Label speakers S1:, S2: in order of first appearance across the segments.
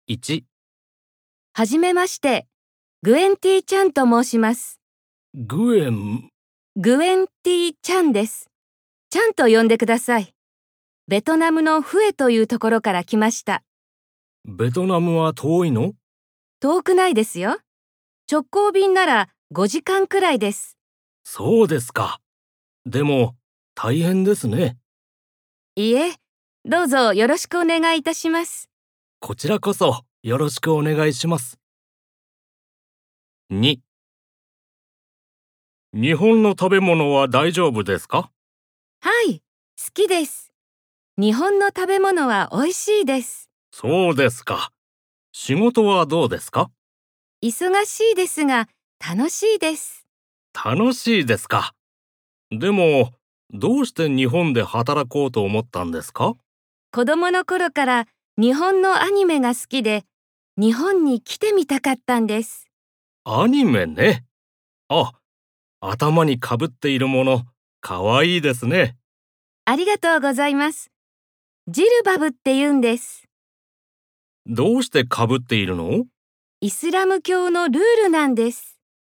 S1: 1、
S2: はじめまして、グエンティ・チャンと申します。
S1: グエン、
S2: グエンティ・チャンです。チャンと呼んでください。ベトナムのフエというところから来ました。
S1: ベトナムは遠いの？
S2: 遠くないですよ。直行便なら5時間くらいです。
S1: そうですか。でも、大変ですね。
S2: いいえ、どうぞよろしくお願いいたします。
S1: こちらこそよろしくお願いします。2、日本の食べ物は大丈夫ですか？
S2: はい、好きです。日本の食べ物は美味しいです。
S1: そうですか。仕事はどうですか？
S2: 忙しいですが、楽しいです。
S1: 楽しいですか。でも、どうして日本で働こうと思ったんですか？
S2: 子供の頃から日本のアニメが好きで、日本に来てみたかったんです。
S1: アニメね。あ、頭にかぶっているもの、かわいいですね。
S2: ありがとうございます。ジルバブって言うんです。
S1: どうしてかぶっているの？
S2: イスラム教のルールなんです。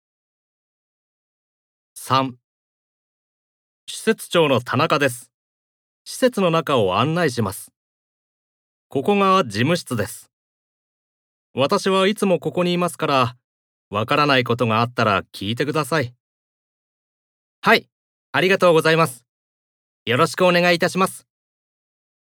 S1: 3、施設長の田中です。施設の中を案内します。ここが事務室です。私はいつもここにいますから、わからないことがあったら聞いてください。はい、ありがとうございます。よろしくお願いいたします。